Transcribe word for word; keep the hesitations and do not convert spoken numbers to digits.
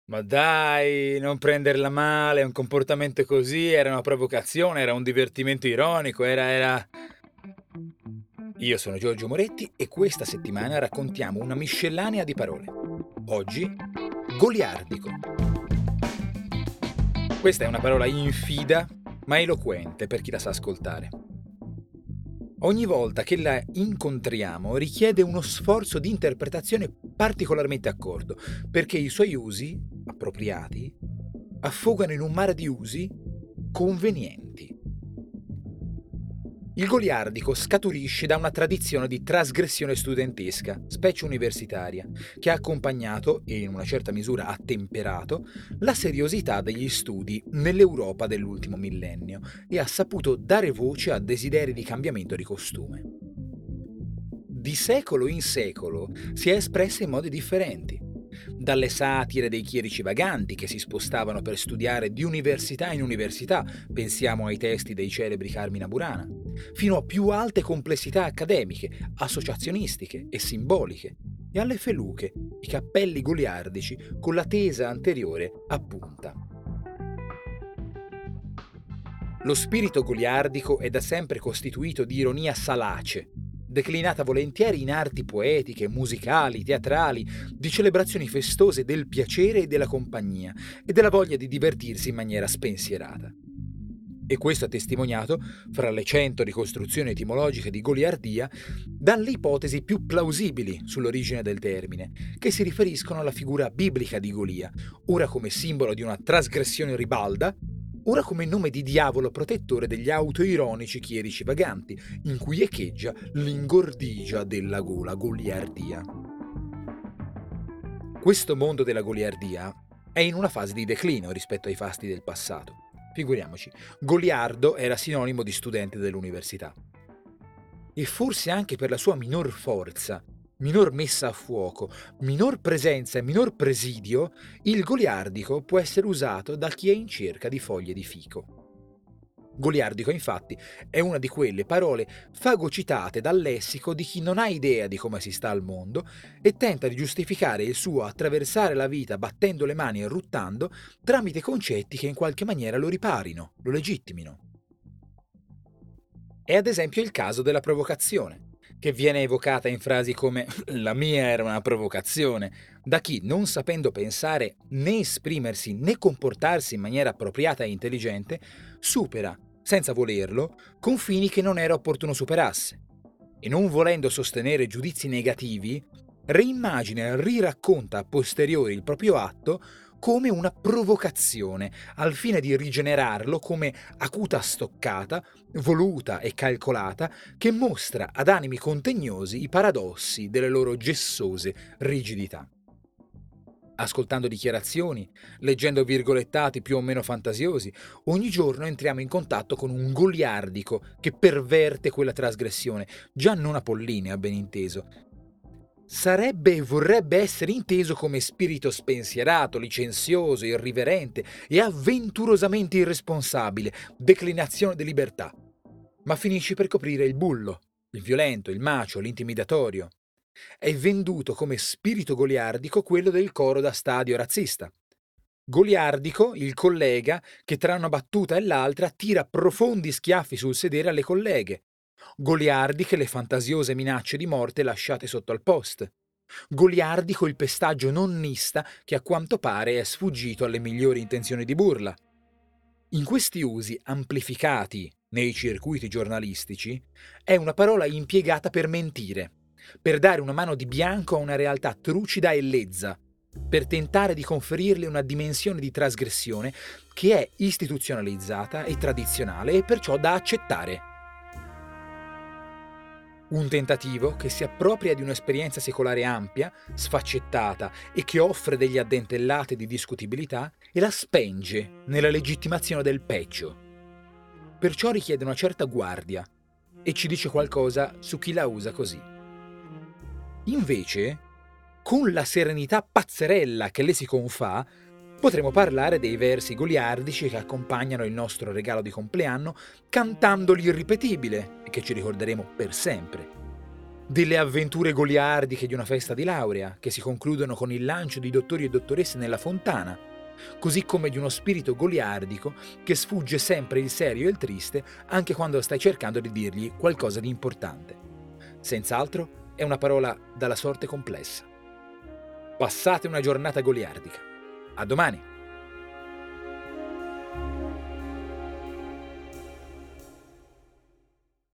Ma dai, non prenderla male, un comportamento così era una provocazione, era un divertimento ironico, era era Io sono Giorgio Moretti e questa settimana raccontiamo una miscellanea di parole. Oggi, goliardico. Questa è una parola infida, ma eloquente per chi la sa ascoltare. Ogni volta che la incontriamo richiede uno sforzo di interpretazione particolarmente accorto, perché i suoi usi, appropriati, affogano in un mare di usi convenienti. Il goliardico scaturisce da una tradizione di trasgressione studentesca, specie universitaria, che ha accompagnato, e in una certa misura ha temperato, la seriosità degli studi nell'Europa dell'ultimo millennio e ha saputo dare voce a desideri di cambiamento di costume. Di secolo in secolo si è espressa in modi differenti. Dalle satire dei chierici vaganti che si spostavano per studiare di università in università, pensiamo ai testi dei celebri Carmina Burana, fino a più alte complessità accademiche, associazionistiche e simboliche, e alle feluche, i cappelli goliardici con la tesa anteriore a punta. Lo spirito goliardico è da sempre costituito di ironia salace, declinata volentieri in arti poetiche, musicali, teatrali, di celebrazioni festose del piacere e della compagnia e della voglia di divertirsi in maniera spensierata. E questo è testimoniato, fra le cento ricostruzioni etimologiche di goliardia, dalle ipotesi più plausibili sull'origine del termine, che si riferiscono alla figura biblica di Golia, ora come simbolo di una trasgressione ribalda, ora come nome di diavolo protettore degli autoironici chierici vaganti, in cui echeggia l'ingordigia della gola goliardia. Questo mondo della goliardia è in una fase di declino rispetto ai fasti del passato. Figuriamoci, goliardo era sinonimo di studente dell'università. E forse anche per la sua minor forza, minor messa a fuoco, minor presenza e minor presidio, il goliardico può essere usato da chi è in cerca di foglie di fico. Goliardico, infatti, è una di quelle parole fagocitate dal lessico di chi non ha idea di come si sta al mondo e tenta di giustificare il suo attraversare la vita battendo le mani e ruttando tramite concetti che in qualche maniera lo riparino, lo legittimino. È ad esempio il caso della provocazione, che viene evocata in frasi come «la mia era una provocazione», da chi, non sapendo pensare né esprimersi né comportarsi in maniera appropriata e intelligente, supera, senza volerlo, confini che non era opportuno superasse. E non volendo sostenere giudizi negativi, reimmagina e riracconta a posteriori il proprio atto come una provocazione, al fine di rigenerarlo come acuta stoccata, voluta e calcolata, che mostra ad animi contegnosi i paradossi delle loro gessose rigidità. Ascoltando dichiarazioni, leggendo virgolettati più o meno fantasiosi, ogni giorno entriamo in contatto con un goliardico che perverte quella trasgressione, già non apollinea, ben inteso. Sarebbe e vorrebbe essere inteso come spirito spensierato, licenzioso, irriverente e avventurosamente irresponsabile, declinazione di libertà. Ma finisce per coprire il bullo, il violento, il macio, l'intimidatorio. È venduto come spirito goliardico quello del coro da stadio razzista. Goliardico, il collega che tra una battuta e l'altra tira profondi schiaffi sul sedere alle colleghe. Goliardiche le fantasiose minacce di morte lasciate sotto al post. Goliardico il pestaggio nonnista che a quanto pare è sfuggito alle migliori intenzioni di burla. In questi usi amplificati nei circuiti giornalistici è una parola impiegata per mentire, per dare una mano di bianco a una realtà trucida e lezza, per tentare di conferirle una dimensione di trasgressione che è istituzionalizzata e tradizionale e perciò da accettare. Un tentativo che si appropria di un'esperienza secolare ampia, sfaccettata e che offre degli addentellati di discutibilità e la spenge nella legittimazione del peggio. Perciò richiede una certa guardia e ci dice qualcosa su chi la usa così. Invece, con la serenità pazzerella che le si confà, potremo parlare dei versi goliardici che accompagnano il nostro regalo di compleanno, cantando l'irripetibile e che ci ricorderemo per sempre. delle avventure goliardiche di una festa di laurea, che si concludono con il lancio di dottori e dottoresse nella fontana, così come di uno spirito goliardico che sfugge sempre il serio e il triste anche quando stai cercando di dirgli qualcosa di importante. Senz'altro è una parola dalla sorte complessa. Passate una giornata goliardica. A domani!